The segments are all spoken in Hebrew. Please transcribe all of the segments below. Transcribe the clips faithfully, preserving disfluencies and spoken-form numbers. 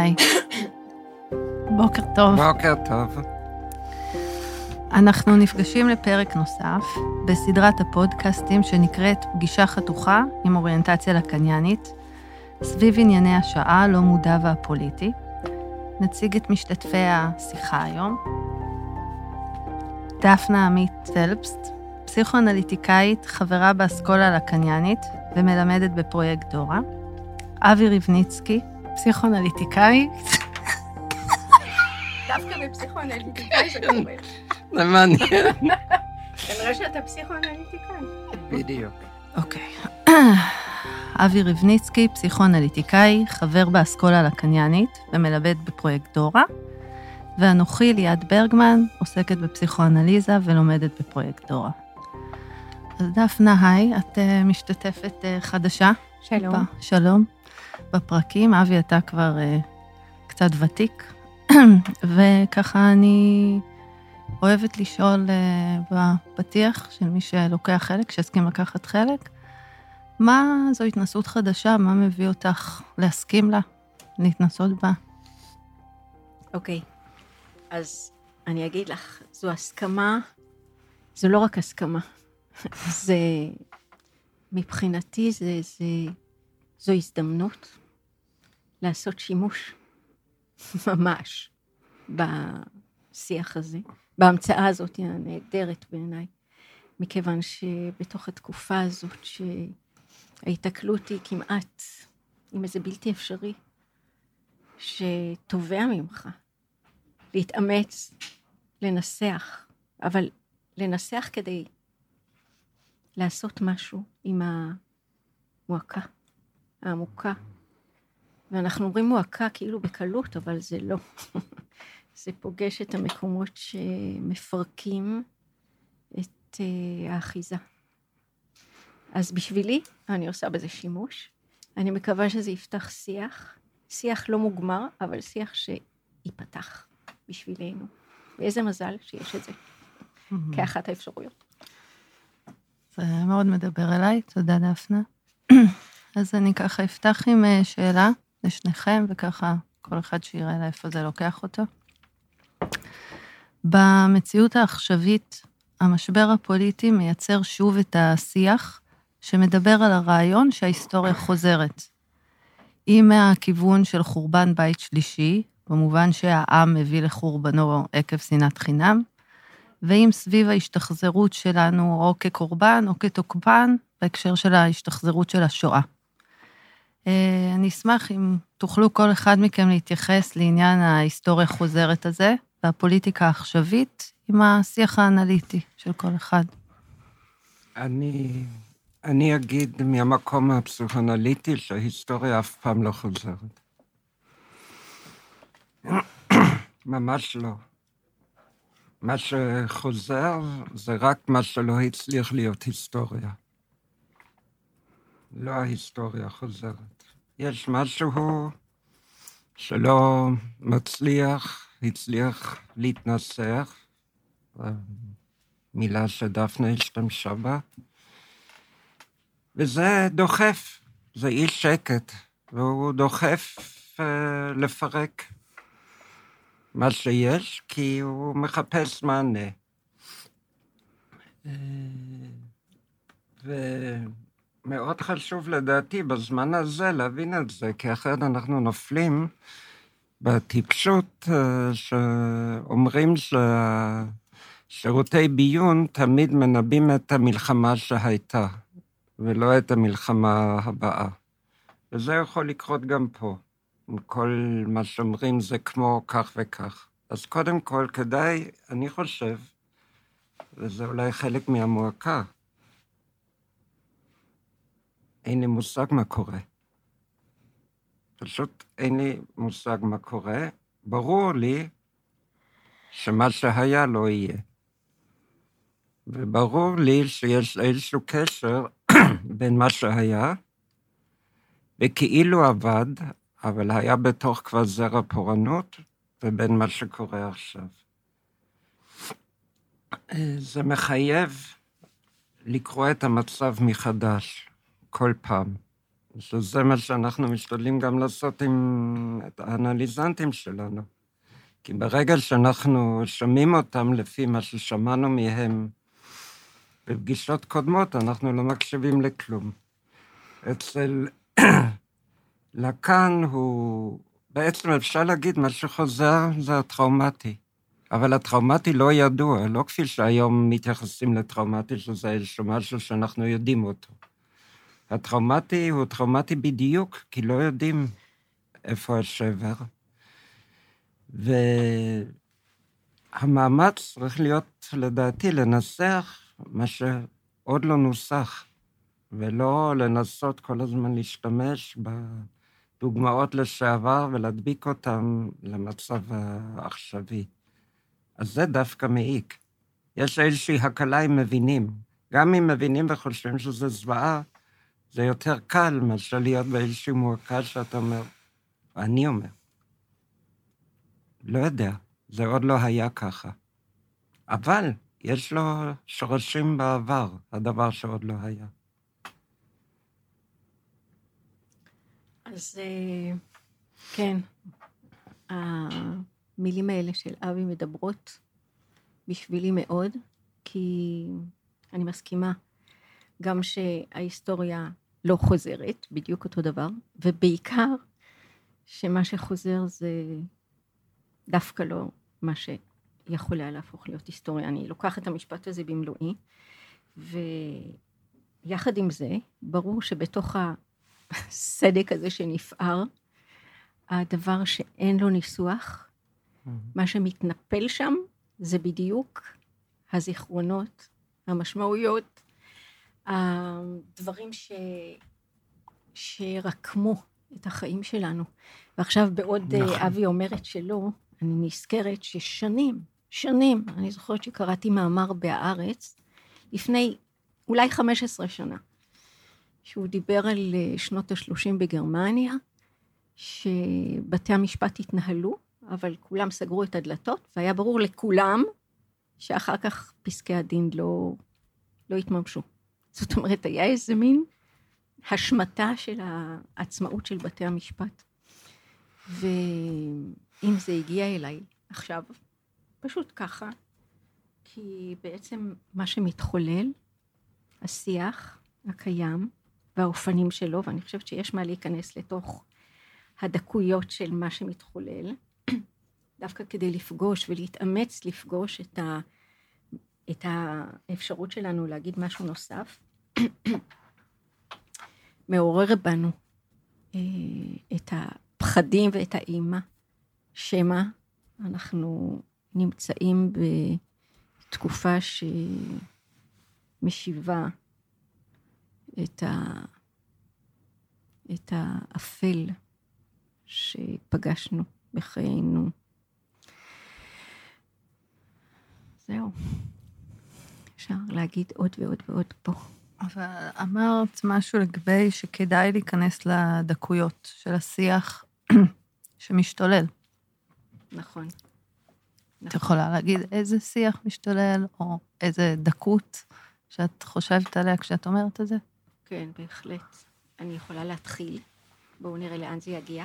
היי. בוקר טוב. בוקר טוב. אנחנו נפגשים לפרק נוסף בסדרת הפודקאסטים שנקראת פגישה חתוכה עם אוריינטציה לקניינית, סביב ענייני השעה הלא מודע והפוליטי. נציג את משתתפי השיחה היום. דפנה עמית צלבסט, פסיכואנליטיקאית, חברה באסכולה לקניינית ומלמדת בפרויקט דורה. אבי ריבניצקי, פסיכואנליטיקאי. דווקא בפסיכואנליטיקאי זה קורה. זה מעניין. כנראה שאתה פסיכואנליטיקאי. בדיוק. אוקיי. אבי ריבניצקי, פסיכואנליטיקאי, חבר באסכולה לקניינית ומלמד בפרויקט דורה. ואנוכי ליאת ברגמן, עוסקת בפסיכואנליזה ולומדת בפרויקט דורה. אז דפנה, היי, את משתתפת חדשה. שלום. שלום. בפרקים, אבי, אתה כבר uh, קצת ותיק, וככה אני אוהבת לשאול uh, בפתיח של מי שלוקח חלק, שהסכים לקחת חלק, מה זו התנסות חדשה, מה מביא אותך להסכים לה, להתנסות בה? אוקיי, אז אני אגיד לך, זו הסכמה, זו לא רק הסכמה, זה, מבחינתי זה, זה, זו הזדמנות לעשות שימוש ממש בשיח הזה, בהמצאה הזאת הנהדרת בעיניי, מכיוון שבתוך התקופה הזאת שההתקלות היא כמעט עם איזה בלתי אפשרי, שתובע ממך להתאמץ, לנסח, אבל לנסח כדי לעשות משהו עם המועקה, העמוקה. ואנחנו אומרים מועקה כאילו בקלות, אבל זה לא. זה פוגש את המקומות שמפרקים את האחיזה. אז בשבילי, אני עושה בזה שימוש. אני מקווה שזה יפתח שיח, שיח לא מוגמר, אבל שיח שיפתח בשבילנו. ואיזה מזל שיש את זה, כאחת האפשרויות. זה מאוד מדבר אליי, תודה דפנה. אז אני ככה אפתח עם שאלה לשניכם, וככה כל אחד שיראה לה איפה זה לוקח אותו. במציאות העכשווית, המשבר הפוליטי מייצר שוב את השיח שמדבר על הרעיון שההיסטוריה חוזרת. אם מהכיוון של חורבן בית שלישי, במובן שהעם מביא לחורבנו עקב שנאת חינם, ואם סביב ההשתחזרות שלנו או כקורבן או כתוקפן, בהקשר של ההשתחזרות של השואה. אני אשמח אם תוכלו כל אחד מכם להתייחס לעניין ההיסטוריה חוזרת הזה, והפוליטיקה העכשווית, עם השיח האנליטי של כל אחד. אני, אני אגיד מהמקום הפסיכואנליטי שההיסטוריה אף פעם לא חוזרת. ממש לא. מה שחוזר זה רק מה שלא הצליח להיות היסטוריה. לא ההיסטוריה חוזרת. יש משהו שלא מצליח, הצליח להתנסח, מילה שדפנה השתמשה בה, וזה דוחף, זה איש שקט, והוא דוחף אה, לפרק מה שיש, כי הוא מחפש מענה. ומאוד חשוב לדעתי בזמן הזה להבין את זה, כי אחרת אנחנו נופלים בטיפשות שאומרים ששירותי ביון תמיד מנבאים את המלחמה שהייתה, ולא את המלחמה הבאה. וזה יכול לקרות גם פה. כל מה שאומרים זה כמו כך וכך. אז קודם כל, כדאי, אני חושב, וזה אולי חלק מהמועקה, אין לי מושג מה קורה. פשוט אין לי מושג מה קורה. ברור לי שמה שהיה לא יהיה. וברור לי שיש איזשהו קשר בין מה שהיה, וכאילו עבד, אבל היה בתוך כבר זרע פורענות, ובין מה שקורה עכשיו. זה מחייב לקרוא את המצב מחדש, כל פעם. שזה מה שאנחנו משתדלים גם לעשות עם האנליזנטים שלנו. כי ברגע שאנחנו שומעים אותם לפי מה ששמענו מהם בפגישות קודמות, אנחנו לא מקשיבים לכלום. אצל לקאן הוא, בעצם אפשר להגיד, מה שחוזר זה הטראומטי. אבל הטראומטי לא ידוע, לא כפי שהיום מתייחסים לטראומטי, שזה איזשהו משהו שאנחנו יודעים אותו. הטראומטי הוא טראומטי בדיוק, כי לא יודעים איפה השבר. והמאמץ צריך להיות, לדעתי, לנסח מה שעוד לא נוסח, ולא לנסות כל הזמן להשתמש בדוגמאות לשעבר ולהדביק אותם למצב העכשווי. אז זה דווקא מעיק. יש איזושהי הקלה אם מבינים. גם אם מבינים וחושבים שזה זוועה, זה יותר קל מאשר להיות באיזושהי מועקה שאתה אומר, אני אומר. לא יודע, זה עוד לא היה ככה. אבל יש לו שורשים בעבר, הדבר שעוד לא היה. אז כן, המילים האלה של אבי מדברות בשבילי מאוד, כי אני מסכימה גם שההיסטוריה לא חוזרת, בדיוק אותו דבר, ובעיקר שמה שחוזר זה דווקא לא מה שיכול היה להפוך להיות היסטוריה. אני לוקחת את המשפט הזה במלואי, ויחד עם זה, ברור שבתוך הסדק הזה שנפער, הדבר שאין לו ניסוח, מה שמתנפל שם, זה בדיוק הזיכרונות, המשמעויות, הדברים ש... שרקמו את החיים שלנו. ועכשיו בעוד נכון. אבי אומרת שלא, אני נזכרת ששנים, שנים, אני זוכרת שקראתי מאמר בהארץ, לפני אולי חמש עשרה שנה, שהוא דיבר על שנות השלושים בגרמניה, שבתי המשפט התנהלו, אבל כולם סגרו את הדלתות, והיה ברור לכולם שאחר כך פסקי הדין לא, לא התממשו. זאת אומרת, היה איזה מין השמטה של העצמאות של בתי המשפט. ואם זה הגיע אליי עכשיו, פשוט ככה, כי בעצם מה שמתחולל, השיח הקיים והאופנים שלו, ואני חושבת שיש מה להיכנס לתוך הדקויות של מה שמתחולל, דווקא כדי לפגוש ולהתאמץ לפגוש את, ה, את האפשרות שלנו להגיד משהו נוסף, מעורר בנו את הפחדים ואת האימה, שמה אנחנו נמצאים בתקופה שמשיבה את, ה, את האפל שפגשנו בחיינו. זהו. אפשר להגיד עוד ועוד ועוד פה. אבל אמרת משהו לגבי שכדאי להיכנס לדקויות של השיח שמשתולל. נכון. את יכולה להגיד איזה שיח משתולל, או איזה דקות שאת חושבת עליה כשאת אומרת את זה? כן, בהחלט. אני יכולה להתחיל. בואו נראה לאן זה יגיע.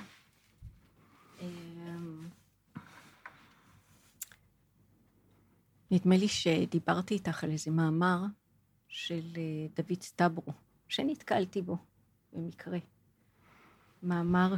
נדמה לי שדיברתי איתך על איזה מאמר של דוד סטברו, שנתקלתי בו במקרה. מאמר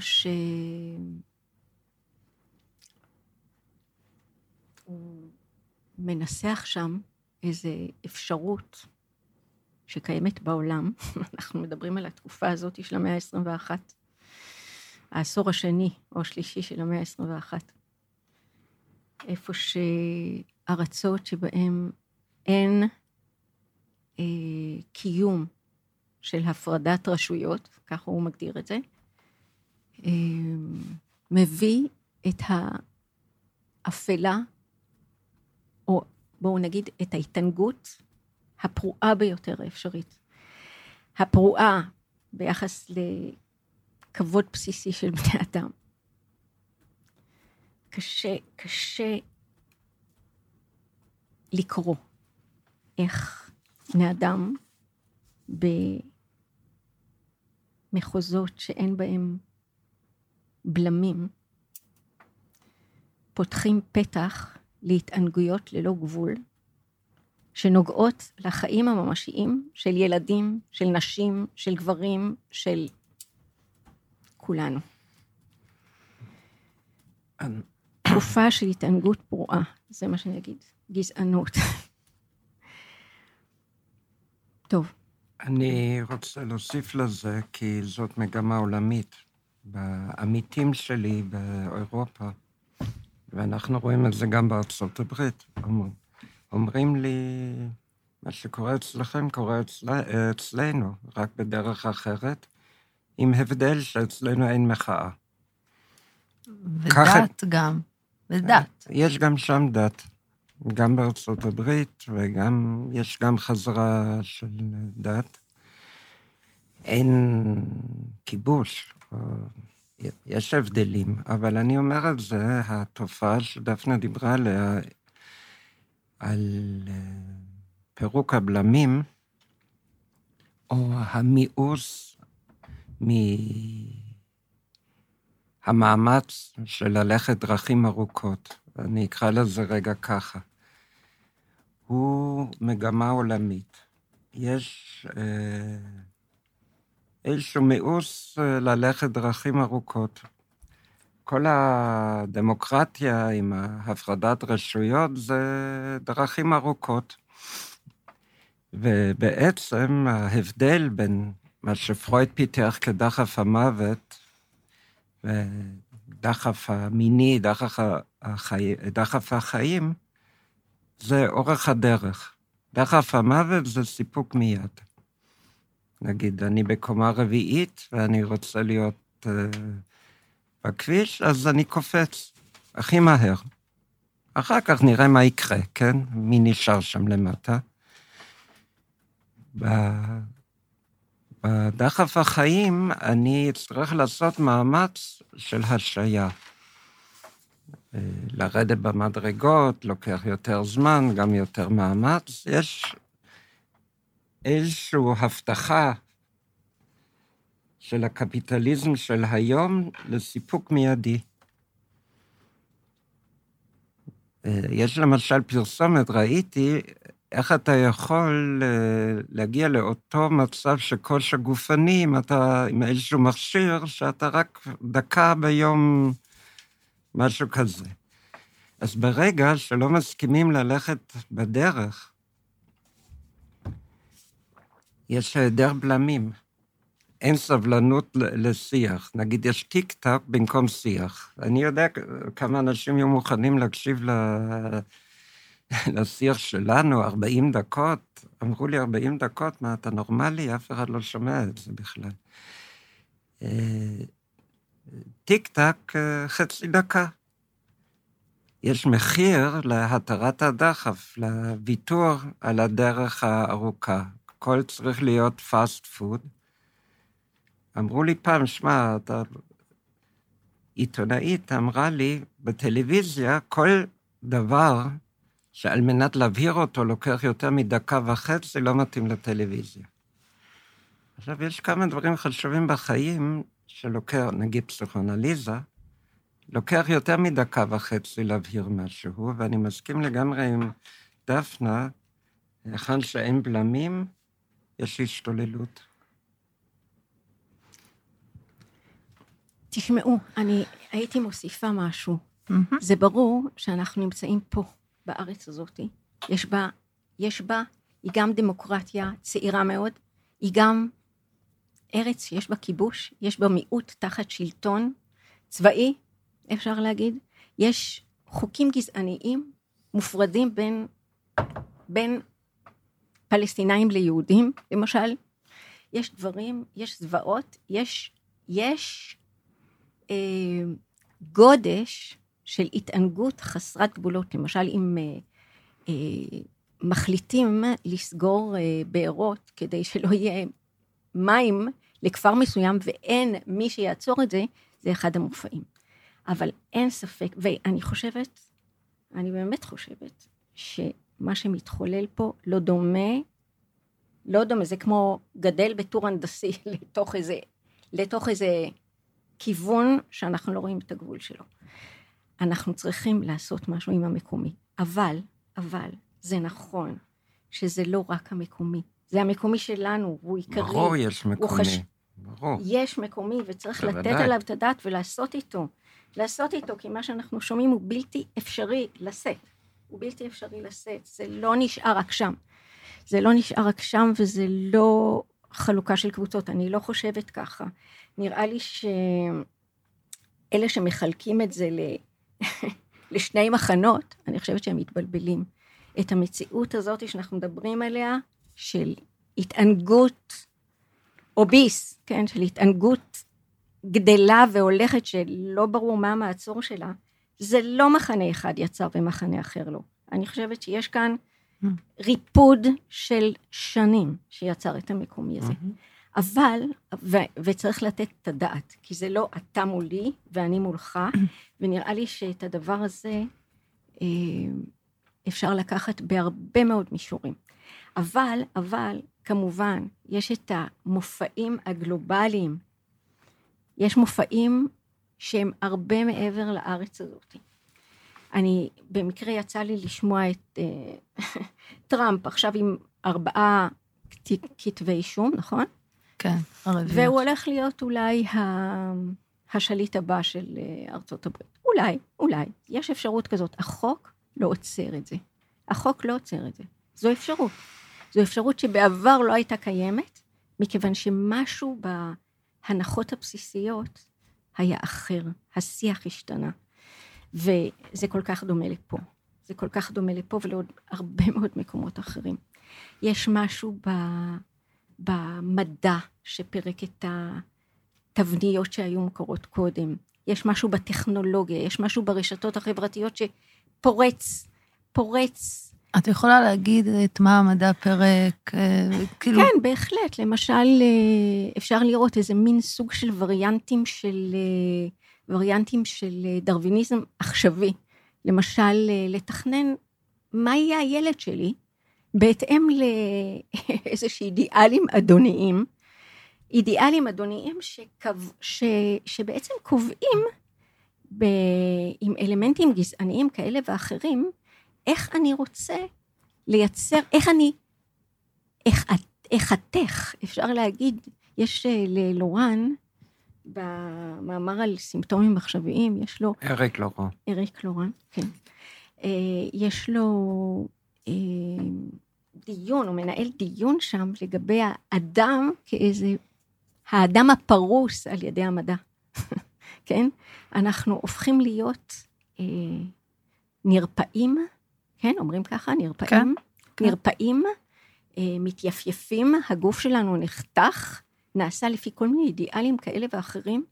שהוא מנסח שם איזה אפשרות שקיימת בעולם. אנחנו מדברים על התקופה הזאת של המאה ה-עשרים ואחת, העשור השני או השלישי של המאה ה-עשרים ואחת. איפה שארצות שבהם אין אה, קיום של הפרדת רשויות, ככה הוא מגדיר את זה, אה, מביא את האפלה, או בואו נגיד את ההתענגות הפרועה ביותר האפשרית. הפרועה ביחס לכבוד בסיסי של בני אדם. קשה, קשה לקרוא איך בני אדם מחוזות שאין בהם בלמים, פותחים פתח להתענגויות ללא גבול, שנוגעות לחיים הממשיים של ילדים, של נשים, של גברים, של כולנו. תקופה של התענגות פרועה, זה מה שאני אגיד, גזענות. טוב. אני רוצה להוסיף לזה, כי זאת מגמה עולמית. בעמיתים שלי באירופה, ואנחנו רואים את זה גם בארצות הברית, אומרים לי, מה שקורה אצלכם קורה אצל, אצלנו, רק בדרך אחרת, עם הבדל שאצלנו אין מחאה. ודת ככה, גם, ודת. יש גם שם דת, גם בארצות הברית, וגם, יש גם חזרה של דת. אין כיבוש, יש הבדלים, אבל אני אומר את זה, התופעה שדפנה דיברה עליה, על פירוק הבלמים, או המיאוס מהמאמץ של ללכת דרכים ארוכות, אני אקרא לזה רגע ככה, הוא מגמה עולמית. יש אה, איזשהו מיאוס ללכת דרכים ארוכות. כל הדמוקרטיה עם ההפרדת רשויות זה דרכים ארוכות. ובעצם ההבדל בין מה שפרויד פיתח כדחף המוות, ודחף המיני, דחף, החי... דחף החיים, זה אורך הדרך. דחף המוות זה סיפוק מיד. נגיד, אני בקומה רביעית, ואני רוצה להיות uh, בכביש, אז אני קופץ הכי מהר. אחר כך נראה מה יקרה, כן? מי נשאר שם למטה. בדחף החיים אני אצטרך לעשות מאמץ של השעיה. לרדת במדרגות, לוקח יותר זמן, גם יותר מאמץ. יש איזושהי הבטחה של הקפיטליזם של היום לסיפוק מיידי. יש למשל פרסומת, ראיתי איך אתה יכול להגיע לאותו מצב שכושר גופני, אם אתה עם איזשהו מכשיר, שאתה רק דקה ביום משהו כזה. אז ברגע שלא מסכימים ללכת בדרך, יש היעדר בלמים. אין סבלנות לשיח. נגיד, יש טיק-טק במקום שיח. אני יודע כמה אנשים יהיו מוכנים להקשיב לשיח שלנו, ארבעים דקות. אמרו לי, ארבעים דקות, מה, אתה נורמלי? אף אחד לא שומע את זה בכלל. טיק-טק, חצי דקה. יש מחיר להתרת הדחף, לוויתור על הדרך הארוכה. הכל צריך להיות פאסט פוד. אמרו לי פעם, שמע, אתה... עיתונאית אמרה לי, בטלוויזיה, כל דבר שעל מנת להבהיר אותו לוקח יותר מדקה וחצי, לא מתאים לטלוויזיה. עכשיו, יש כמה דברים חשובים בחיים שלוקח, נגיד פסיכואנליזה, לוקח יותר מדקה וחצי להבהיר משהו, ואני מסכים לגמרי עם דפנה, היכן שאין בלמים, יש השתוללות. תשמעו, אני הייתי מוסיפה משהו. Mm-hmm. זה ברור שאנחנו נמצאים פה, בארץ הזאת. יש בה, יש בה, היא גם דמוקרטיה צעירה מאוד, היא גם ארץ, יש בה כיבוש, יש בה מיעוט תחת שלטון צבאי, אפשר להגיד. יש חוקים גזעניים מופרדים בין, בין פלסטינאים ליהודים, למשל. יש דברים, יש זוועות, יש, יש אה, גודש של התענגות חסרת גבולות. למשל, אם אה, אה, מחליטים לסגור אה, בארות כדי שלא יהיה מים לכפר מסוים ואין מי שיעצור את זה, זה אחד המופעים. אבל אין ספק, ואני חושבת, אני באמת חושבת, שמה שמתחולל פה לא דומה, לא דומה, זה כמו גדל בטור הנדסי לתוך איזה, לתוך איזה כיוון שאנחנו לא רואים את הגבול שלו. אנחנו צריכים לעשות משהו עם המקומי, אבל, אבל, זה נכון שזה לא רק המקומי, זה המקומי שלנו, והוא עיקרי. ברור, יש מקומי. חש... ברור. יש מקומי, וצריך לתת עליו את הדעת ולעשות איתו. לעשות איתו, כי מה שאנחנו שומעים הוא בלתי אפשרי לשאת. הוא בלתי אפשרי לשאת, זה לא נשאר רק שם. זה לא נשאר רק שם, וזה לא חלוקה של קבוצות. אני לא חושבת ככה. נראה לי שאלה שמחלקים את זה ל... לשני מחנות, אני חושבת שהם מתבלבלים. את המציאות הזאת שאנחנו מדברים עליה, של התענגות אוביס, כן, של התענגות גדלה והולכת שלא ברור מה המעצור שלה, זה לא מחנה אחד יצר ומחנה אחר לא. אני חושבת שיש כאן ריפוד של שנים שיצר את המקומי הזה. אבל, ו, וצריך לתת את הדעת, כי זה לא אתה מולי ואני מולך, ונראה לי שאת הדבר הזה אפשר לקחת בהרבה מאוד מישורים. אבל, אבל, כמובן, יש את המופעים הגלובליים, יש מופעים שהם הרבה מעבר לארץ הזאת. אני, במקרה יצא לי לשמוע את uh, טראמפ, עכשיו עם ארבעה כתבי אישום, נכון? כן, הרביעיות. והוא הולך להיות אולי השליט הבא של ארצות הברית. אולי, אולי, יש אפשרות כזאת. החוק לא עוצר את זה. החוק לא עוצר את זה. זו אפשרות. זו אפשרות שבעבר לא הייתה קיימת, מכיוון שמשהו בהנחות הבסיסיות היה אחר. השיח השתנה. וזה כל כך דומה לפה. זה כל כך דומה לפה ולעוד הרבה מאוד מקומות אחרים. יש משהו ב... במדע שפרק את התבניות שהיו מוכרות קודם. יש משהו בטכנולוגיה, יש משהו ברשתות החברתיות שפורץ, פורץ. את יכולה להגיד את מה המדע פרק? כאילו... כן, בהחלט. למשל, אפשר לראות איזה מין סוג של וריאנטים של, וריאנטים של דרוויניזם עכשווי. למשל, לתכנן מה יהיה הילד שלי, בהתאם לאיזושהי אידיאלים אדוניים, אידיאלים אדוניים שקו, ש, שבעצם קובעים ב, עם אלמנטים גזעניים כאלה ואחרים, איך אני רוצה לייצר, איך אני, איך, איך אתך, אפשר להגיד, יש ללורן, במאמר על סימפטומים מחשביים, יש לו... אריק לורן. אריק לורן, כן. יש לו... דיון, הוא מנהל דיון שם לגבי האדם כאיזה, האדם הפרוס על ידי המדע, כן? אנחנו הופכים להיות אה, נרפאים, כן? אומרים ככה, נרפאים, כן, נרפאים, אה, מתייפייפים, הגוף שלנו נחתך, נעשה לפי כל מיני אידיאלים כאלה ואחרים,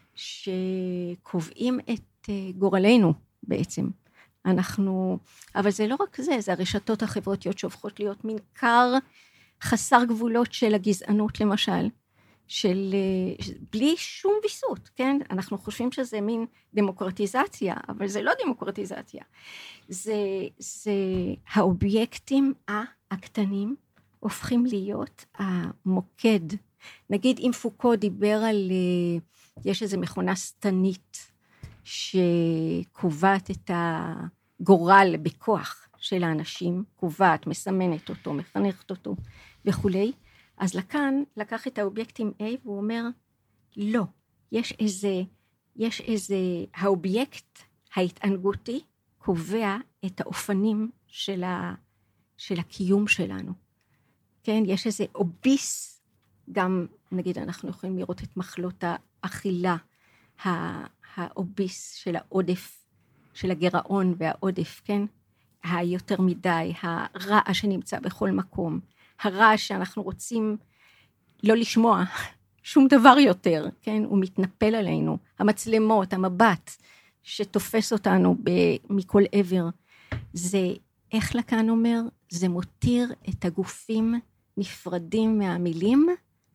שקובעים את אה, גורלנו בעצם. אנחנו, אבל זה לא רק זה, זה הרשתות החברתיות שהופכות להיות מין קר חסר גבולות של הגזענות למשל, של בלי שום ויסות, כן? אנחנו חושבים שזה מין דמוקרטיזציה, אבל זה לא דמוקרטיזציה. זה, זה האובייקטים הקטנים הופכים להיות המוקד. נגיד אם פוקו דיבר על, יש איזו מכונה סתנית, שקובעת את הגורל בכוח של האנשים, קובעת, מסמנת אותו, מחנכת אותו וכולי, אז לכאן לקח את האובייקטים A והוא אומר, לא, יש איזה, יש איזה, האובייקט ההתענגותי קובע את האופנים של, ה, של הקיום שלנו. כן, יש איזה אוביס, גם נגיד אנחנו יכולים לראות את מחלות האכילה, האוביס של העודף, של הגירעון והעודף, כן? היותר מדי, הרע שנמצא בכל מקום, הרע שאנחנו רוצים לא לשמוע שום דבר יותר, כן? הוא מתנפל עלינו, המצלמות, המבט שתופס אותנו מכל עבר, זה, איך לקן אומר, זה מותיר את הגופים נפרדים מהמילים,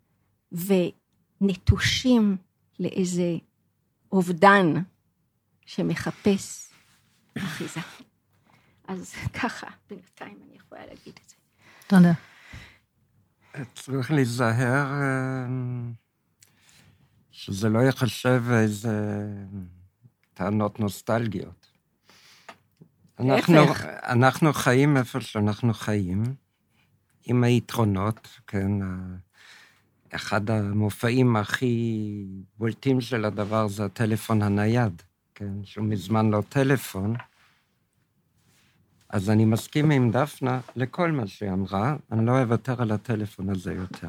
ונטושים לאיזה אובדן שמחפש אחיזה. אז ככה, בינתיים אני יכולה להגיד את זה. תודה. צריך להיזהר שזה לא יחשב איזה טענות נוסטלגיות. אנחנו, אנחנו חיים איפה שאנחנו חיים, עם היתרונות, כן, אחד המופעים הכי בולטים של הדבר זה הטלפון הנייד, כן, שהוא מזמן לא טלפון. אז אני מסכים עם דפנה לכל מה שהיא אמרה, אני לא אוותר על הטלפון הזה יותר.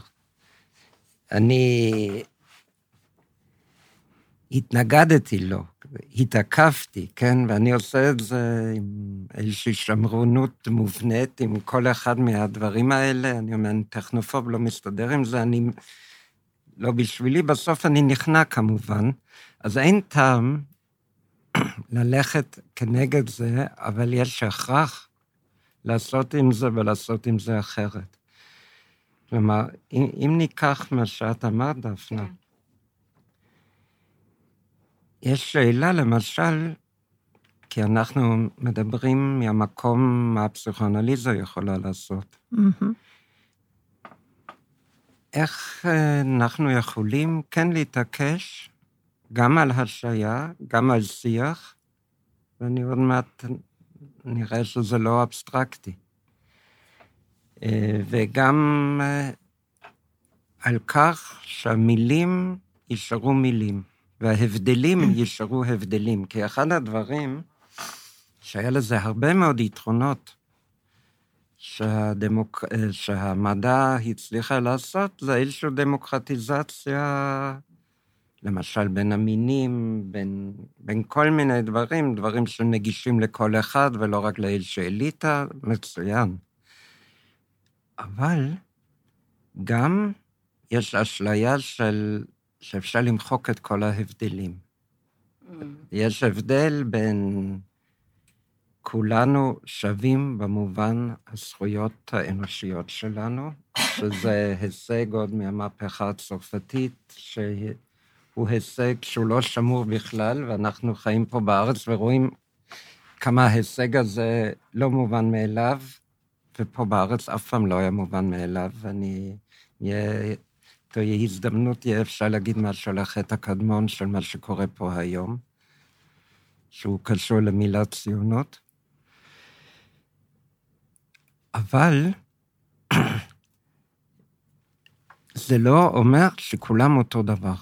אני התנגדתי לו, התעקפתי, כן, ואני עושה את זה עם איזושהי שמרונות מובנית, עם כל אחד מהדברים האלה, אני אומר, אני טכנופוב, לא מסתדר עם זה, אני, לא בשבילי, בסוף אני נכנע כמובן, אז אין טעם ללכת כנגד זה, אבל יש הכרח לעשות עם זה ולעשות עם זה אחרת. כלומר, אם, אם ניקח מה שאת אמרת, דפנה, כן. יש שאלה, למשל, כי אנחנו מדברים מהמקום מה הפסיכואנליזה יכולה לעשות. Mm-hmm. איך אנחנו יכולים כן להתעקש גם על השעיה, גם על שיח, ואני עוד מעט נראה שזה לא אבסטרקטי. וגם על כך שהמילים יישארו מילים. וההבדלים יישארו הבדלים, כי אחד הדברים שהיה לזה הרבה מאוד יתרונות שהדמוק... שהמדע הצליחה לעשות, זה איזושהי דמוקרטיזציה, למשל בין המינים, בין, בין כל מיני דברים, דברים שנגישים לכל אחד ולא רק לאיזושהי אליטה, מצוין. אבל גם יש אשליה של... שאפשר למחוק את כל ההבדלים. Mm. יש הבדל בין כולנו שווים במובן הזכויות האנושיות שלנו, שזה הישג עוד מהמהפכה הצרפתית, שהוא הישג שהוא לא שמור בכלל, ואנחנו חיים פה בארץ ורואים כמה ההישג הזה לא מובן מאליו, ופה בארץ אף פעם לא היה מובן מאליו, ואני אהיה... תהיה הזדמנות, יהיה אפשר להגיד משהו על החטא הקדמון של מה שקורה פה היום, שהוא קשור למילה ציונות. אבל זה לא אומר שכולם אותו דבר.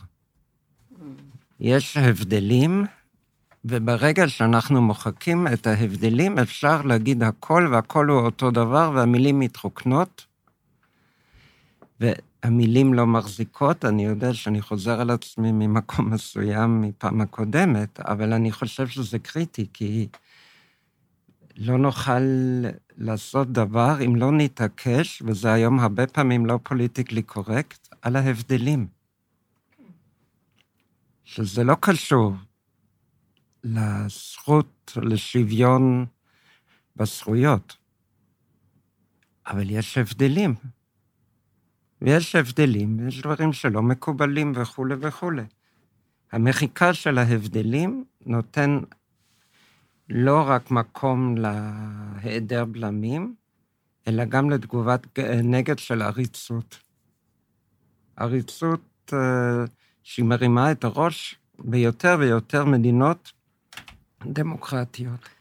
יש הבדלים, וברגע שאנחנו מוחקים את ההבדלים, אפשר להגיד הכל, והכל הוא אותו דבר, והמילים מתרוקנות, ו... המילים לא מחזיקות, אני יודע שאני חוזר על עצמי ממקום מסוים מפעם הקודמת, אבל אני חושב שזה קריטי, כי לא נוכל לעשות דבר אם לא נתעקש, וזה היום הרבה פעמים לא פוליטיקלי קורקט, על ההבדלים. שזה לא קשור לזכות, לשוויון בזכויות, אבל יש הבדלים. ויש הבדלים, ויש דברים שלא מקובלים וכו' וכו'. המחיקה של ההבדלים נותן לא רק מקום להיעדר בלמים, אלא גם לתגובת נגד של עריצות. עריצות שהיא מרימה את הראש ביותר ויותר מדינות דמוקרטיות.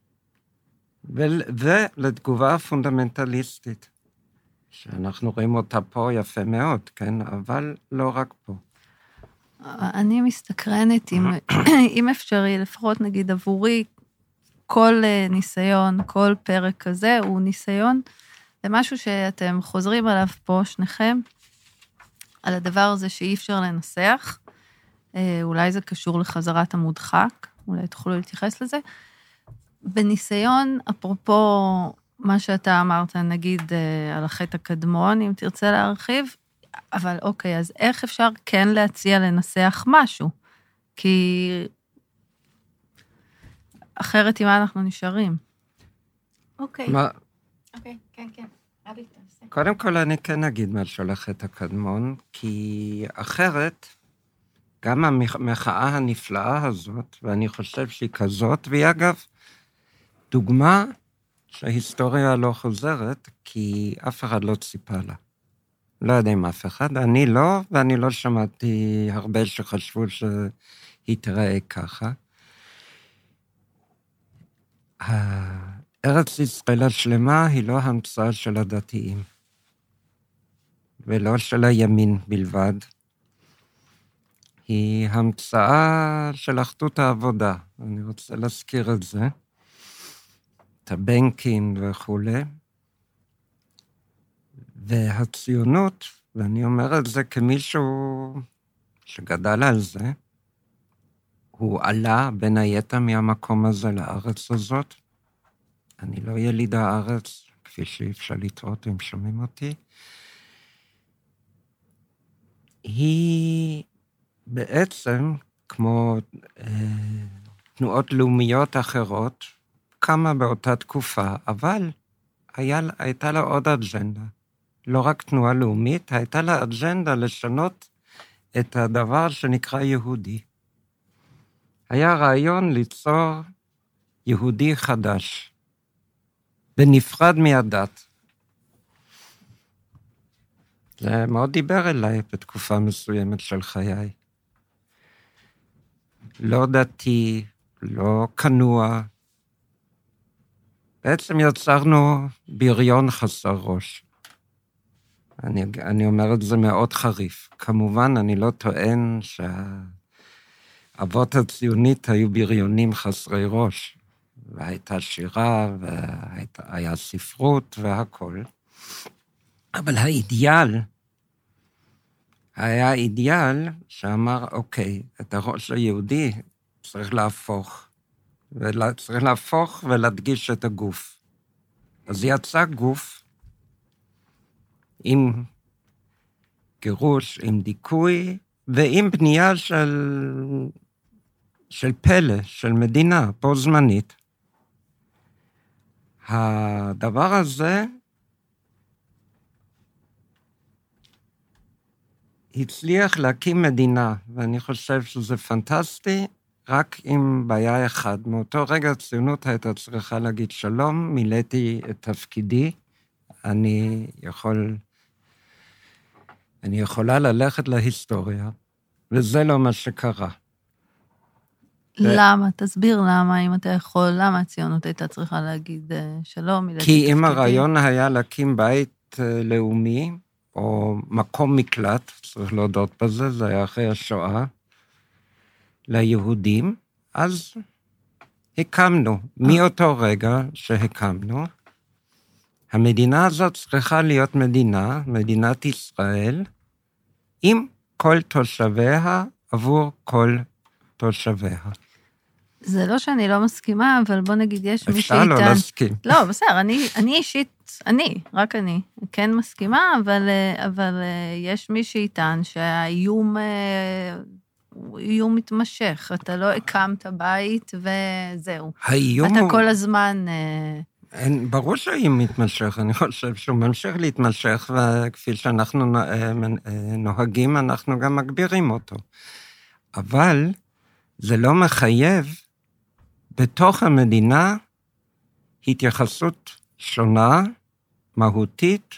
ולתגובה הפונדמנטליסטית. שאנחנו רואים אותה פה יפה מאוד, כן? אבל לא רק פה. אני מסתקרנת אם, אם אפשרי, לפחות נגיד עבורי, כל ניסיון, כל פרק כזה, הוא ניסיון, זה משהו שאתם חוזרים עליו פה, שניכם, על הדבר הזה שאי אפשר לנסח, אולי זה קשור לחזרת המודחק, אולי תוכלו להתייחס לזה, בניסיון, אפרופו, מה שאתה אמרת, נגיד, על החטא הקדמון, אם תרצה להרחיב, אבל אוקיי, אז איך אפשר כן להציע לנסח משהו? כי אחרת עם מה אנחנו נשארים. אוקיי. אוקיי, כן, כן. אבי, תעשה. קודם כל אני כן אגיד משהו על החטא הקדמון, כי אחרת, גם המחאה הנפלאה הזאת, ואני חושב שהיא כזאת, והיא אגב, דוגמה שההיסטוריה לא חוזרת, כי אף אחד לא ציפה לה. לא יודע עם אף אחד, אני לא, ואני לא שמעתי הרבה שחשבו שהיא תראה ככה. ארץ ישראל השלמה היא לא המצאה של הדתיים, ולא של הימין בלבד. היא המצאה של אחדות העבודה. אני רוצה להזכיר את זה. את הבנקין וכו'. והציונות, ואני אומר את זה כמישהו שגדל על זה, הוא עלה בין היתר מהמקום הזה לארץ הזאת. אני לא יליד הארץ, כפי שאי אפשר לטעות אם שומעים אותי. היא בעצם, כמו אה, תנועות לאומיות אחרות, קמה באותה תקופה, אבל היה, הייתה לה עוד אג'נדה. לא רק תנועה לאומית, הייתה לה אג'נדה לשנות את הדבר שנקרא יהודי. היה רעיון ליצור יהודי חדש, בנפרד מהדת. זה מאוד דיבר אליי בתקופה מסוימת של חיי. לא דתי, לא כנוע. בעצם יצרנו בריון חסר ראש. אני, אני אומר את זה מאוד חריף. כמובן, אני לא טוען שהאבות הציונית היו בריונים חסרי ראש. והייתה שירה, והיה ספרות והכל. אבל האידיאל, היה אידיאל שאמר, אוקיי, את הראש היהודי צריך להפוך, וצריך להפוך ולהדגיש את הגוף. אז יצא גוף עם גירוש, עם דיכוי, ועם בנייה של, של פלא, של מדינה, בו זמנית. הדבר הזה הצליח להקים מדינה, ואני חושב שזה פנטסטי, רק עם בעיה אחת. מאותו רגע הציונות הייתה צריכה להגיד שלום, מילאתי את תפקידי, אני יכול, אני יכולה ללכת להיסטוריה, וזה לא מה שקרה. למה? תסביר למה, אם אתה יכול, למה הציונות הייתה צריכה להגיד שלום, מילאתי תפקידי? כי אם הרעיון היה להקים בית לאומי, או מקום מקלט, צריך להודות בזה, זה היה אחרי השואה, ליהודים, אז הקמנו. מאותו רגע שהקמנו, המדינה הזאת צריכה להיות מדינה, מדינת ישראל, עם כל תושביה עבור כל תושביה. זה לא שאני לא מסכימה, אבל בוא נגיד, יש מי שאיתן... שאיתן... אפשר לא להסכים. לא, בסדר, אני, אני אישית, אני, רק אני, כן מסכימה, אבל, אבל יש מי שאיתן שהאיום הוא איום מתמשך. אתה לא הקמת בית וזהו. האיום אתה הוא... כל הזמן... אין, ברור שהאיום מתמשך, אני חושב שהוא ממשיך להתמשך, וכפי שאנחנו נוהגים, אנחנו גם מגבירים אותו. אבל זה לא מחייב בתוך המדינה התייחסות שונה, מהותית,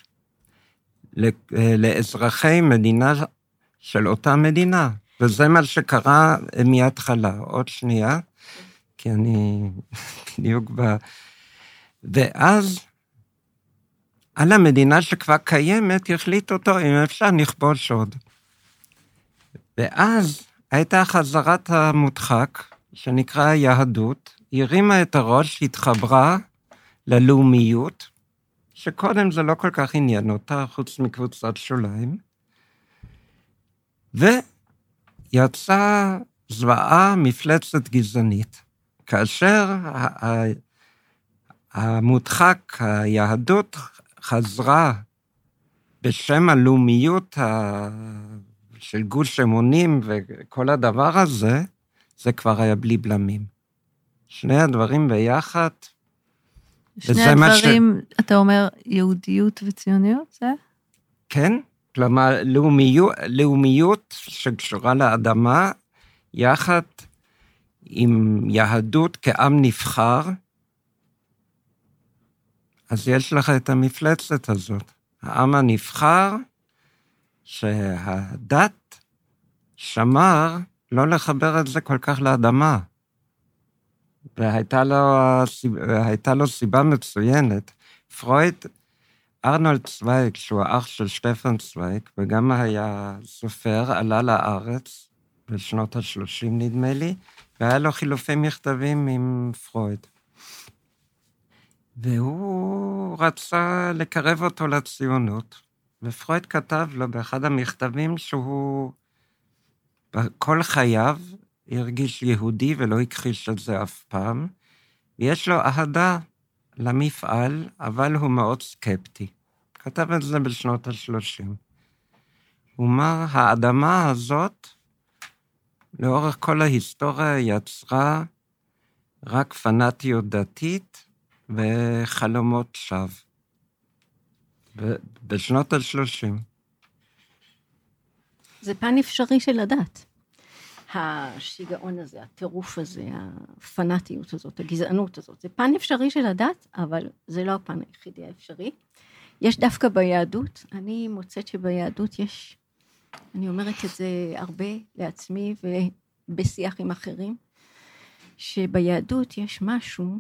לאזרחי מדינה של אותה מדינה. וזה מה שקרה מההתחלה. עוד שנייה, כי אני בדיוק ב... ואז על המדינה שכבר קיימת, החליט אותו, אם אפשר, נכבוש עוד. ואז הייתה חזרת המודחק, שנקרא היהדות, היא הרימה את הראש, התחברה ללאומיות, שקודם זה לא כל כך עניין אותה, חוץ מקבוצת שוליים, ויצאה זוועה מפלצת גזענית, כאשר המודחק, היהדות, חזרה בשם הלאומיות של גוש אמונים וכל הדבר הזה, זה כבר היה בלי בלמים. שני הדברים ביחד, שני הדברים, ש... אתה אומר, יהודיות וציוניות, זה? כן, כלומר, לאומיות, לאומיות שקשורה לאדמה, יחד עם יהדות כעם נבחר, אז יש לך את המפלצת הזאת. העם הנבחר שהדת שמר לא לחבר את זה כל כך לאדמה. והייתה לו, הייתה לו סיבה מצוינת. פרויד, ארנולד צווייג, שהוא האח של שטפן צווייג, וגם היה סופר, עלה לארץ בשנות ה-שלושים נדמה לי, והיה לו חילופי מכתבים עם פרויד. והוא רצה לקרב אותו לציונות, ופרויד כתב לו באחד המכתבים שהוא בכל חייו הרגיש יהודי ולא הכחיש את זה אף פעם. יש לו אהדה למפעל, אבל הוא מאוד סקפטי. כתב את זה בשנות ה-שלושים. הוא אמר, האדמה הזאת, לאורך כל ההיסטוריה, יצרה רק פנאטיות דתית וחלומות שווא. בשנות ה-שלושים. זה פן אפשרי של הדת. השיגעון הזה, הטירוף הזה, הפנאטיות הזאת, הגזענות הזאת, זה פן אפשרי של הדת, אבל זה לא הפן היחידי האפשרי. יש דווקא ביהדות, אני מוצאת שביהדות יש, אני אומרת את זה הרבה לעצמי ובשיח עם אחרים, שביהדות יש משהו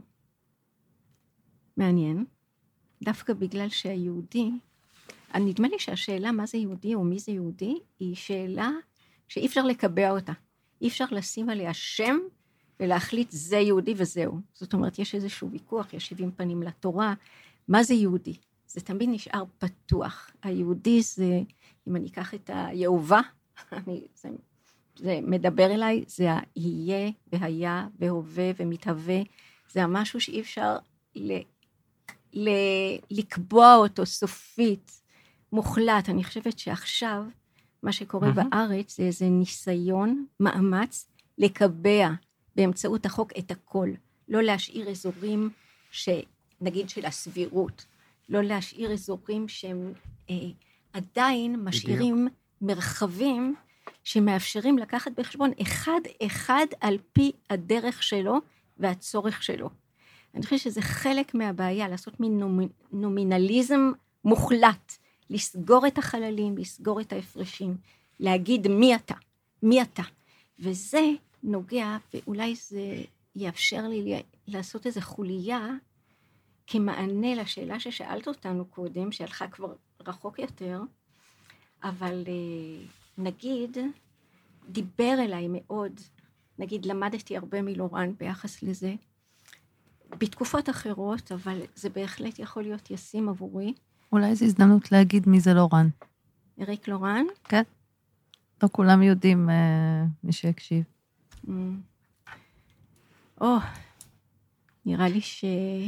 מעניין, דווקא בגלל שהיהודי, נדמה לי שהשאלה מה זה יהודי או מי זה יהודי, היא שאלה שאי אפשר לקבע אותה. אי אפשר לשים עליה שם ולהחליט זה יהודי וזהו. זאת אומרת, יש איזשהו ויכוח, יש שבעים פנים לתורה, מה זה יהודי? זה תמיד נשאר פתוח. היהודי זה, אם אני אקח את היהובה, אני, זה, זה מדבר אליי, זה היהיה והיה והווה ומתהווה, זה המשהו שאי אפשר ל, ל, לקבוע אותו סופית, מוחלט. אני חושבת שעכשיו, מה שקורה mm-hmm. בארץ, זה איזה ניסיון, מאמץ, לקבע באמצעות החוק את הכל. לא להשאיר אזורים שנגיד של הסבירות, לא להשאיר אזורים שהם אה, עדיין משאירים מרחבים שמאפשרים לקחת בחשבון אחד אחד על פי הדרך שלו והצורך שלו. אני חושבת שזה חלק מהבעיה, לעשות מין נומינליזם מוחלט, לסגור את החללים, לסגור את ההפרשים, להגיד מי אתה, מי אתה. וזה נוגע, ואולי זה יאפשר לי לעשות איזו חוליה, כמענה לשאלה ששאלת אותנו קודם, שהלכה כבר רחוק יותר, אבל נגיד, דיבר אליי מאוד, נגיד למדתי הרבה מלורן ביחס לזה, בתקופות אחרות, אבל זה בהחלט יכול להיות ישים עבורי. אולי זו הזדמנות להגיד מי זה לורן. אריק לורן? כן. לא כולם יודעים מי שהקשיב. או, נראה לי ש...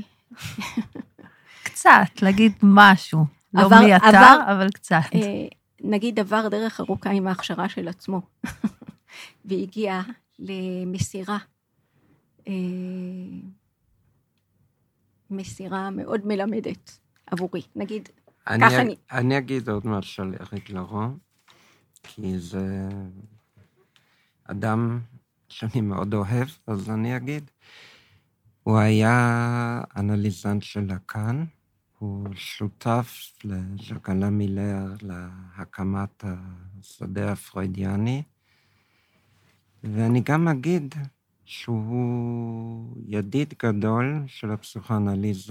קצת, להגיד משהו. לא מי אתה, אבל קצת. נגיד דבר דרך ארוכה עם ההכשרה של עצמו. והגיע למסירה. מסירה מאוד מלמדת עבורי. נגיד, כך אני... אני אגיד עוד משהו על אריק לורן, כי זה אדם שאני מאוד אוהב, אז אני אגיד. הוא היה אנליזנט של לקאן, הוא שותף לז'קלה מילר להקמת השדה הפרוידיאני, ואני גם אגיד שהוא ידיד גדול של הפסיכואנליזה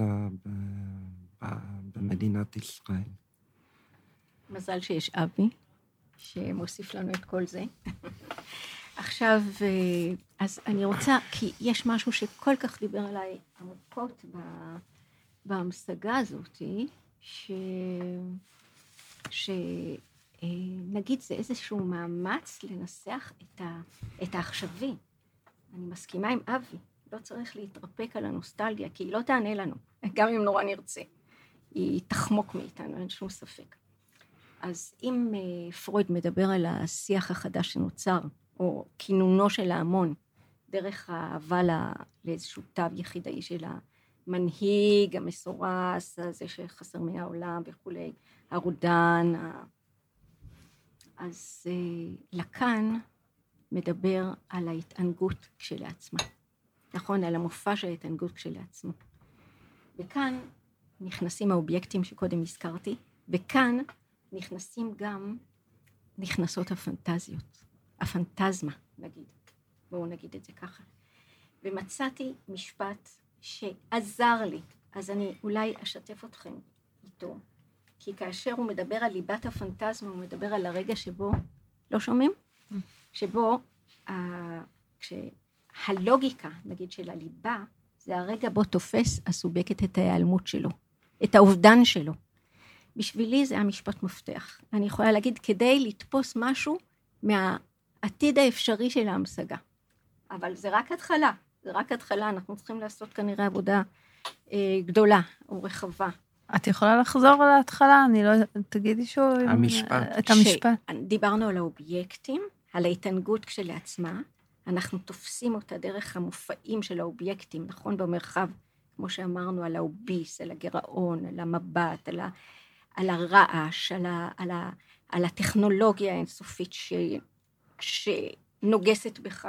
במדינת ישראל. מזל שיש אבי, שמוסיף לנו את כל זה. עכשיו, אז אני רוצה, כי יש משהו שכל כך דיבר עליי עמוקות בהמשגה הזאת, ש... שנגיד זה איזשהו מאמץ לנסח את, ה... את העכשווי. אני מסכימה עם אבי, לא צריך להתרפק על הנוסטלגיה, כי היא לא תענה לנו, גם אם נורא נרצה. היא תחמוק מאיתנו, אין שום ספק. אז אם פרויד מדבר על השיח החדש שנוצר, או כינונו של ההמון, דרך האהבה לאיזשהו תו יחידאי של המנהיג, המסורס, זה שחסר מן העולם וכולי, הרודן. אז לקאן מדבר על ההתענגות כשלעצמה. נכון, על המופע של ההתענגות כשלעצמו. וכאן נכנסים האובייקטים שקודם הזכרתי, וכאן נכנסים גם נכנסות הפנטזיות, הפנטזמה, נגיד. בואו נגיד את זה ככה. ומצאתי משפט שעזר לי, אז אני אולי אשתף אתכם איתו, כי כאשר הוא מדבר על ליבת הפנטזמה, הוא מדבר על הרגע שבו, לא שומעים? שבו, כשהלוגיקה, נגיד, של הליבה, זה הרגע בו תופס הסובייקט את ההיעלמות שלו, את האובדן שלו. בשבילי זה המשפט מפתח. אני יכולה להגיד, כדי לתפוס משהו מהעתיד האפשרי של ההמשגה. אבל זה רק התחלה, זה רק התחלה, אנחנו צריכים לעשות כנראה עבודה אה, גדולה או רחבה. את יכולה לחזור על ההתחלה? אני לא, תגידי שוב. המשפט. את המשפט. דיברנו על האובייקטים, על ההתענגות כשלעצמה, אנחנו תופסים אותה דרך המופעים של האובייקטים, נכון? במרחב, כמו שאמרנו, על האוביס, על הגירעון, על המבט, על, ה, על הרעש, על, ה, על, ה, על הטכנולוגיה האינסופית ש, שנוגסת בך.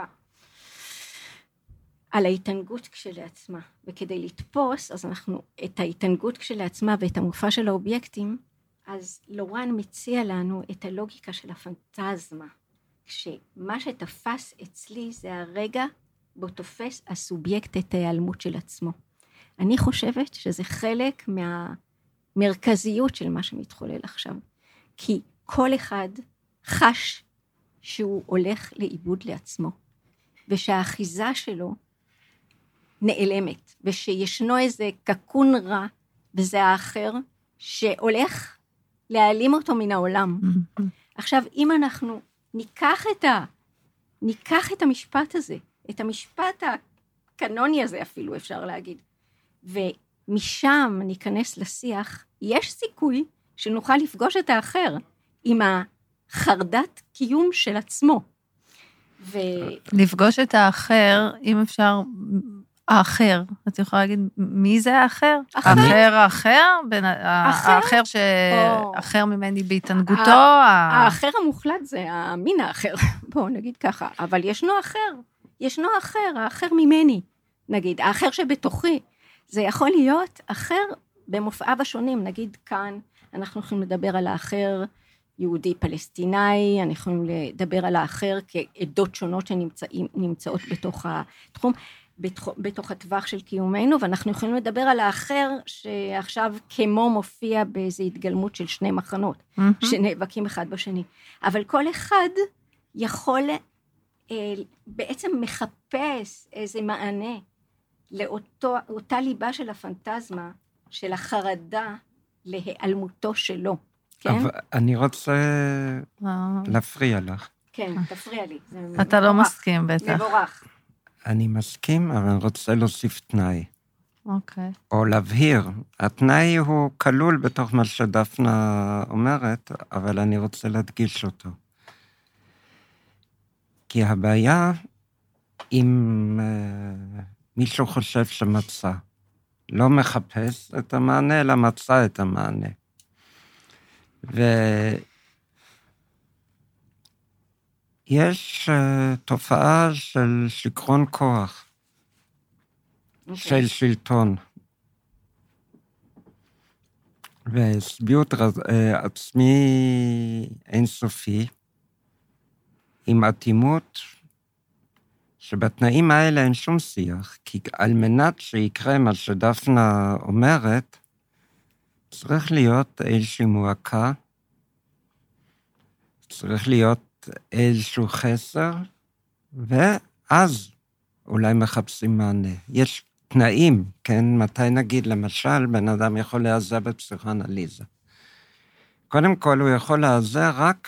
על ההתענגות כשלעצמה, וכדי לתפוס, אז אנחנו, את ההתענגות כשלעצמה ואת המופע של האובייקטים, אז לורן מציע לנו את הלוגיקה של הפנטזמה, כשמה שתפס אצלי זה הרגע בו תופס הסובייקט את ההיעלמות של עצמו. אני חושבת שזה חלק מהמרכזיות של מה שמתחולל עכשיו, כי כל אחד חש שהוא הולך לאיבוד לעצמו, ושהאחיזה שלו נעלמת, ושישנו איזה קקון רע, וזה האחר, שהולך להעלים אותו מן העולם. עכשיו, אם אנחנו ניקח את, ה, ניקח את המשפט הזה, את המשפט הקנוני הזה אפילו, אפשר להגיד, ומשם ניכנס לשיח, יש סיכוי שנוכל לפגוש את האחר, עם החרדת קיום של עצמו. ו... לפגוש את האחר, אם אפשר... האחר, את יכולה להגיד, מי זה האחר? האחר האחר? האחר שאחר ממני בהתענגותו? האחר המוחלט זה המין האחר, בואו נגיד ככה, אבל ישנו אחר, ישנו אחר, האחר ממני, נגיד, האחר שבתוכי, זה יכול להיות אחר במופעיו השונים, נגיד כאן, אנחנו יכולים לדבר על האחר יהודי פלסטיני, אנחנו יכולים לדבר על האחר כעדות שונות שנמצאות בתוך התחום, בתוך, בתוך הטווח של קיומנו, ואנחנו יכולים לדבר על האחר שעכשיו כמו מופיע באיזו התגלמות של שני מחנות, mm-hmm. שנאבקים אחד בשני. אבל כל אחד יכול, אה, בעצם מחפש איזה מענה לאותה ליבה של הפנטזמה, של החרדה להיעלמותו שלו. כן? אבל אני רוצה להפריע לך. כן, תפריע לי. אתה לא מסכים בטח. מבורך. אני מסכים, אבל אני רוצה להוסיף תנאי. אוקיי. או להבהיר. התנאי הוא כלול בתוך מה שדפנה אומרת, אבל אני רוצה להדגיש אותו. כי הבעיה, אם uh, מישהו חושב שמצא, לא מחפש את המענה, אלא מצא את המענה. ויש uh, תופעה של שיכרון כוח, okay. של שלטון. ושביעות רז... uh, עצמי אינסופי, עם אטימות, שבתנאים האלה אין שום שיח, כי על מנת שיקרה מה שדפנה אומרת, צריך להיות איזושהי מועקה, צריך להיות איזשהו חסר, ואז אולי מחפשים מענה. יש תנאים, כן? מתי נגיד, למשל, בן אדם יכול להיעזר בפסיכואנליזה. קודם כל, הוא יכול להיעזר רק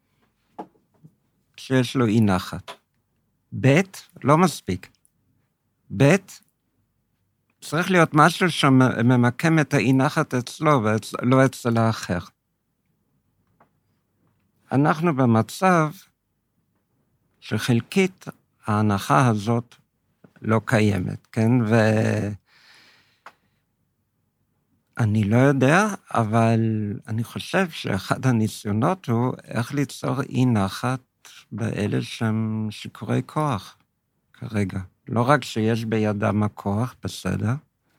כשיש לו אי נחת. ב' לא מספיק. ב' צריך להיות משהו שממקם את האי נחת אצלו, ולא אצל האחר. אנחנו במצב שחלקית ההנחה הזאת לא קיימת, כן? ואני לא יודע, אבל אני חושב שאחד הניסיונות הוא איך ליצור אי נחת באלה שהם שיכורי כוח כרגע. לא רק שיש בידם הכוח, בסדר,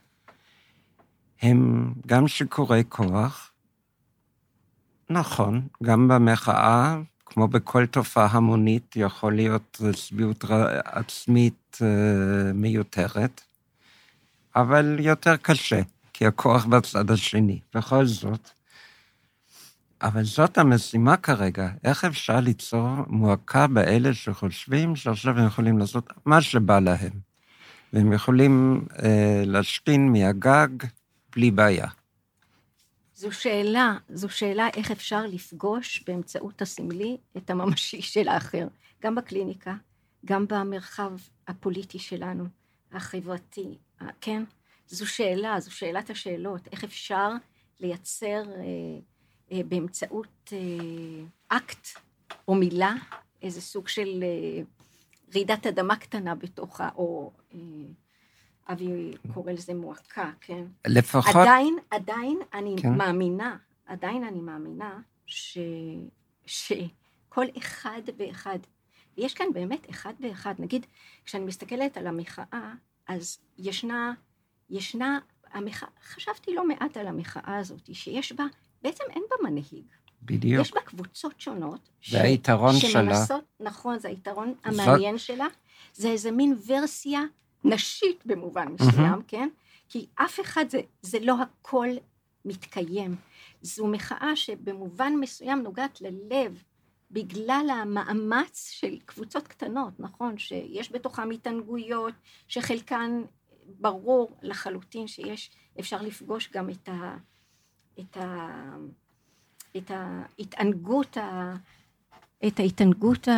הם גם שיכורי כוח, נכון, גם במחאה, כמו בכל תופעה המונית, יכול להיות שביעות עצמית מיותרת, אבל יותר קשה, כי הכוח בצד השני, בכל זאת. אבל זאת המשימה כרגע, איך אפשר ליצור מועקה באלה שחושבים שעכשיו הם יכולים לעשות מה שבא להם, והם יכולים אה, להשכין מהגג בלי בעיה. זו שאלה, זו שאלה איך אפשר לפגוש באמצעות הסמלי את הממשי של האחר, גם בקליניקה, גם במרחב הפוליטי שלנו, החברתי, כן? זו שאלה, זו שאלת השאלות, איך אפשר לייצר אה, אה, באמצעות אה, אקט או מילה, איזה סוג של אה, רעידת אדמה קטנה בתוכה, או אה, אבי קורא לזה מועקה, כן? לפחות... עדיין, עדיין אני כן. מאמינה, עדיין אני מאמינה ש, שכל אחד ואחד, ויש כאן באמת אחד ואחד, נגיד, כשאני מסתכלת על המחאה, אז ישנה, ישנה, המחאה, חשבתי לא מעט על המחאה הזאת, שיש בה, בעצם אין בה מנהיג. בדיוק. יש בה קבוצות שונות. זה היתרון שלה. נכון, זה היתרון המעניין שלה. זה איזה מין ורסיה נשית במובן מסוים, כן? כי אף אחד, זה, זה לא הכל מתקיים. זו מחאה שבמובן מסוים נוגעת ללב, בגלל המאמץ של קבוצות קטנות, נכון? שיש בתוכם התענגויות, שחלקן ברור לחלוטין שיש, אפשר לפגוש גם את ה... את ה את ההתענגות, את ההתענגות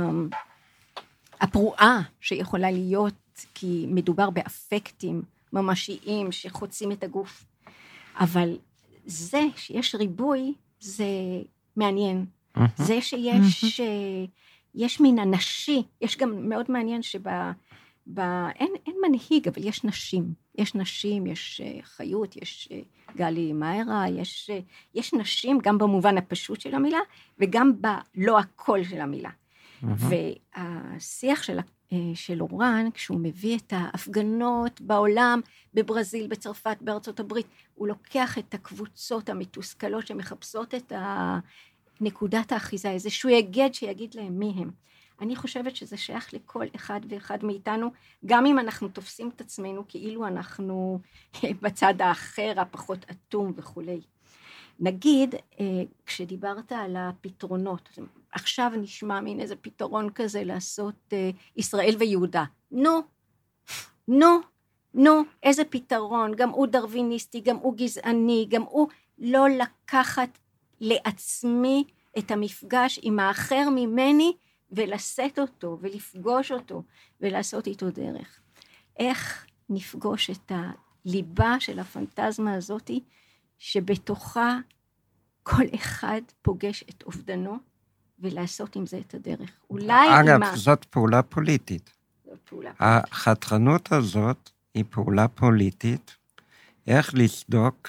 הפרועה שיכולה להיות, כי מדובר באפקטים ממשיים שחוצים את הגוף. אבל זה שיש ריבוי, זה מעניין. זה שיש, יש מין הנשי, יש גם מאוד מעניין שבה, ב, אין, אין מנהיג, אבל יש נשים. יש נשים, יש חיות, יש גלי מאירה, יש, יש נשים גם במובן הפשוט של המילה, וגם בלא הכל של המילה. Mm-hmm. והשיח של, של אורן, כשהוא מביא את ההפגנות בעולם, בברזיל, בצרפת, בארצות הברית, הוא לוקח את הקבוצות המתוסכלות שמחפשות את נקודת האחיזה, איזשהו יגד שיגיד להם מי הם. אני חושבת שזה שייך לכל אחד ואחד מאיתנו, גם אם אנחנו תופסים את עצמנו כאילו אנחנו בצד האחר, הפחות אטום וכו'. נגיד, כשדיברת על הפתרונות, עכשיו נשמע מין איזה פתרון כזה לעשות ישראל ויהודה. נו, נו, נו, איזה פתרון, גם הוא דרוויניסטי, גם הוא גזעני, גם הוא לא לקחת לעצמי את המפגש עם האחר ממני, ולשאת אותו, ולפגוש אותו, ולעשות איתו דרך. איך נפגוש את הליבה של הפנטזמה הזאת, שבתוכה כל אחד פוגש את אובדנו, ולעשות עם זה את הדרך. אולי אגב, עם ה... זאת פעולה פוליטית. זאת פעולה פוליטית. החתרנות הזאת היא פעולה פוליטית, איך לסדוק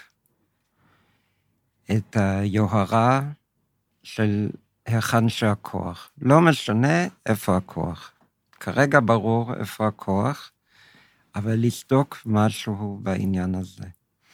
את היוהרה של היכן שהכוח. לא משנה איפה הכוח. כרגע ברור איפה הכוח, אבל לסדוק משהו בעניין הזה.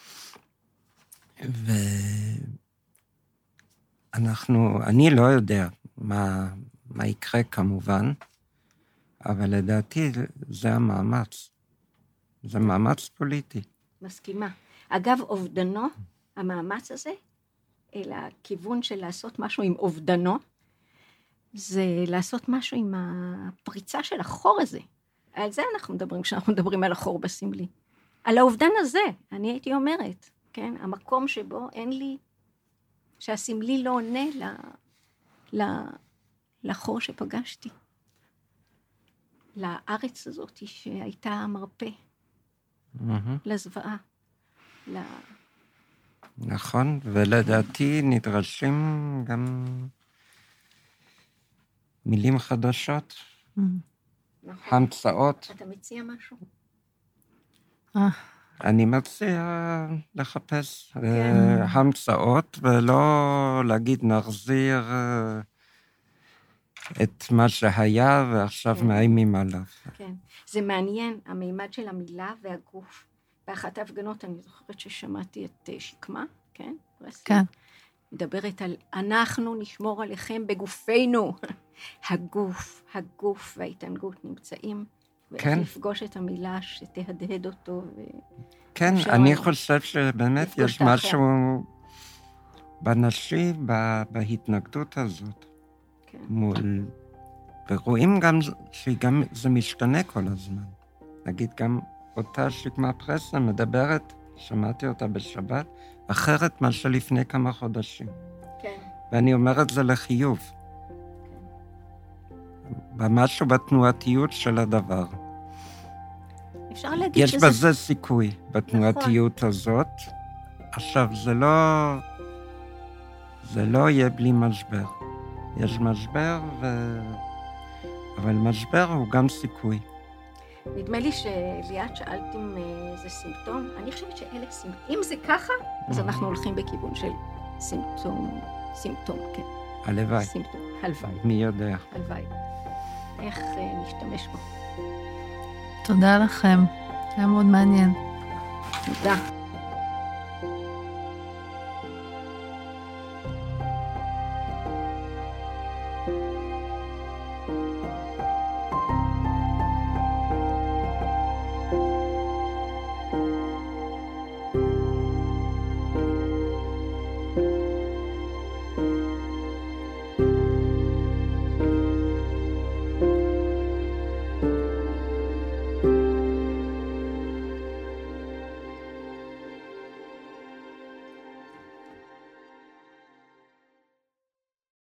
ואנחנו, אני לא יודע מה, מה יקרה כמובן, אבל לדעתי זה המאמץ. זה מאמץ פוליטי. מסכימה. אגב, אובדנו, המאמץ הזה, אלא הכיוון של לעשות משהו עם אובדנו, זה לעשות משהו עם הפריצה של החור הזה. על זה אנחנו מדברים, כשאנחנו מדברים על החור בסמלי. על האובדן הזה, אני הייתי אומרת, כן? המקום שבו אין לי, שהסמלי לא עונה ל, ל, לחור שפגשתי. לארץ הזאת שהייתה מרפא. Mm-hmm. לזוועה. ל... נכון, ולדעתי נדרשים גם מילים חדשות, המצאות. אתה מציע משהו? אני מציע לחפש המצאות, ולא להגיד נחזיר את מה שהיה ועכשיו מאיימים עליו. כן, זה מעניין, המימד של המילה והגוף. באחת ההפגנות אני זוכרת ששמעתי את שקמה, כן? כן. מדברת על אנחנו נשמור עליכם בגופנו. הגוף, הגוף וההתענגות נמצאים, ואיך כן. לפגוש את המילה שתהדהד אותו. ו... כן, אני חושב שבאמת יש משהו בנשי, בהתנגדות הזאת. כן. מול... ורואים גם שגם זה משתנה כל הזמן. נגיד גם אותה שקמה פרסה מדברת, שמעתי אותה בשבת, אחרת מה שלפני כמה חודשים. כן. ואני אומר את זה לחיוב. במשהו בתנועתיות של הדבר. אפשר להגיד יש שזה... יש בזה סיכוי, בתנועתיות נכון. הזאת. עכשיו, זה לא... זה לא יהיה בלי משבר. יש משבר, ו... אבל משבר הוא גם סיכוי. נדמה לי שליאת שאלת אם זה סימפטום. אני חושבת שאלה סימפטום. אם זה ככה, אז אנחנו הולכים בכיוון של סימפטום, סימפטום, כן. הלוואי. סימפטום, הלוואי. מי יודע. הלוואי. איך נשתמש בו. תודה לכם. היה מאוד מעניין. תודה.